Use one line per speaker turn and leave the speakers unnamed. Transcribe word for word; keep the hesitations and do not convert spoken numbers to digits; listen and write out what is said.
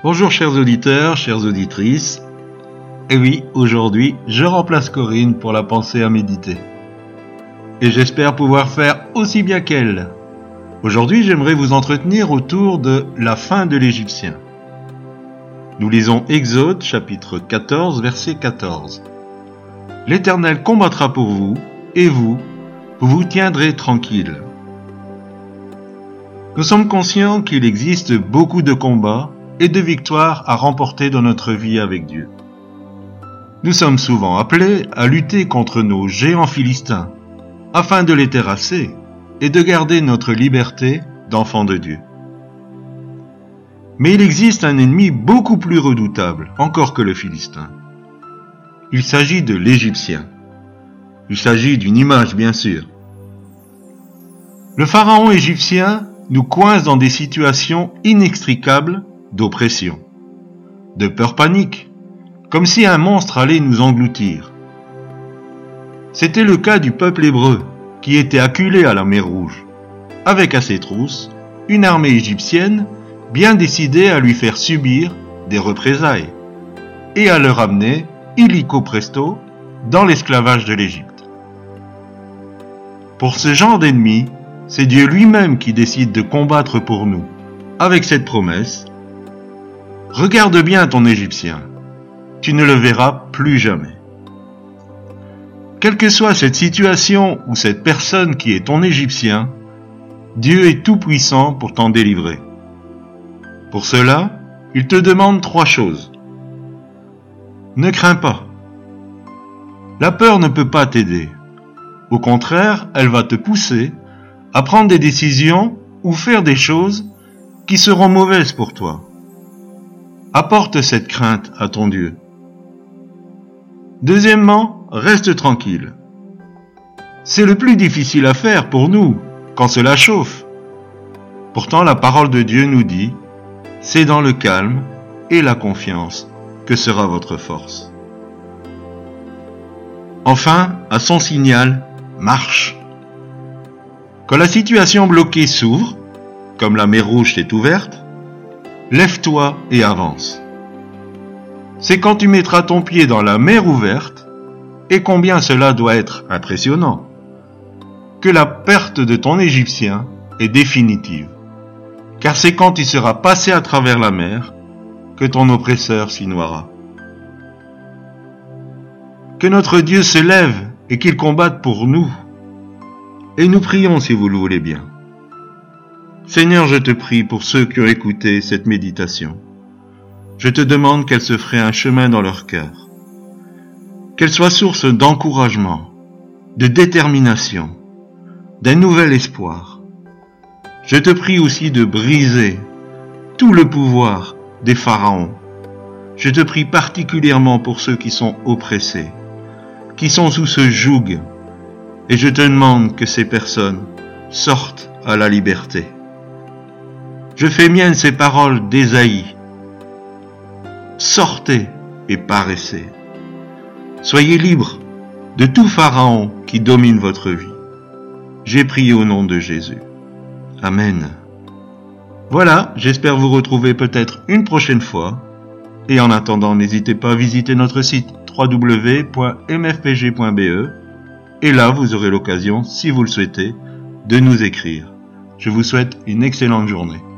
Bonjour chers auditeurs, chères auditrices. Et oui, aujourd'hui, je remplace Corinne pour la pensée à méditer. Et j'espère pouvoir faire aussi bien qu'elle. Aujourd'hui, j'aimerais vous entretenir autour de la fin de l'Égyptien. Nous lisons Exode, chapitre quatorze, verset quatorze. L'Éternel combattra pour vous, et vous, vous vous tiendrez tranquille. Nous sommes conscients qu'il existe beaucoup de combats et de victoires à remporter dans notre vie avec Dieu. Nous sommes souvent appelés à lutter contre nos géants philistins, afin de les terrasser et de garder notre liberté d'enfants de Dieu. Mais il existe un ennemi beaucoup plus redoutable encore que le Philistin. Il s'agit de l'Égyptien. Il s'agit d'une image, bien sûr. Le pharaon égyptien nous coince dans des situations inextricables d'oppression, de peur panique, comme si un monstre allait nous engloutir. C'était le cas du peuple hébreu, qui était acculé à la mer Rouge, avec à ses trousses une armée égyptienne bien décidée à lui faire subir des représailles et à le ramener illico presto dans l'esclavage de l'Égypte. Pour ce genre d'ennemi, c'est Dieu lui-même qui décide de combattre pour nous, avec cette promesse: regarde bien ton Égyptien, tu ne le verras plus jamais. Quelle que soit cette situation ou cette personne qui est ton Égyptien, Dieu est tout-puissant pour t'en délivrer. Pour cela, il te demande trois choses. Ne crains pas. La peur ne peut pas t'aider. Au contraire, elle va te pousser à prendre des décisions ou faire des choses qui seront mauvaises pour toi. Apporte cette crainte à ton Dieu. Deuxièmement, reste tranquille. C'est le plus difficile à faire pour nous quand cela chauffe. Pourtant, la parole de Dieu nous dit: c'est dans le calme et la confiance que sera votre force. Enfin, à son signal, marche. Quand la situation bloquée s'ouvre, comme la mer Rouge s'est ouverte, lève-toi et avance. C'est quand tu mettras ton pied dans la mer ouverte, et combien cela doit être impressionnant, que la perte de ton Égyptien est définitive. Car c'est quand tu seras passé à travers la mer que ton oppresseur s'y noiera. Que notre Dieu se lève et qu'il combatte pour nous. Et nous prions si vous le voulez bien. Seigneur, je te prie pour ceux qui ont écouté cette méditation. Je te demande qu'elle se ferait un chemin dans leur cœur. Qu'elle soit source d'encouragement, de détermination, d'un nouvel espoir. Je te prie aussi de briser tout le pouvoir des pharaons. Je te prie particulièrement pour ceux qui sont oppressés, qui sont sous ce joug, et je te demande que ces personnes sortent à la liberté. Je fais mienne ces paroles d'Ésaïe. Sortez et paraissez. Soyez libres de tout pharaon qui domine votre vie. J'ai prié au nom de Jésus. Amen. Voilà, j'espère vous retrouver peut-être une prochaine fois. Et en attendant, n'hésitez pas à visiter notre site w w w point m f p g point b e. Et là, vous aurez l'occasion, si vous le souhaitez, de nous écrire. Je vous souhaite une excellente journée.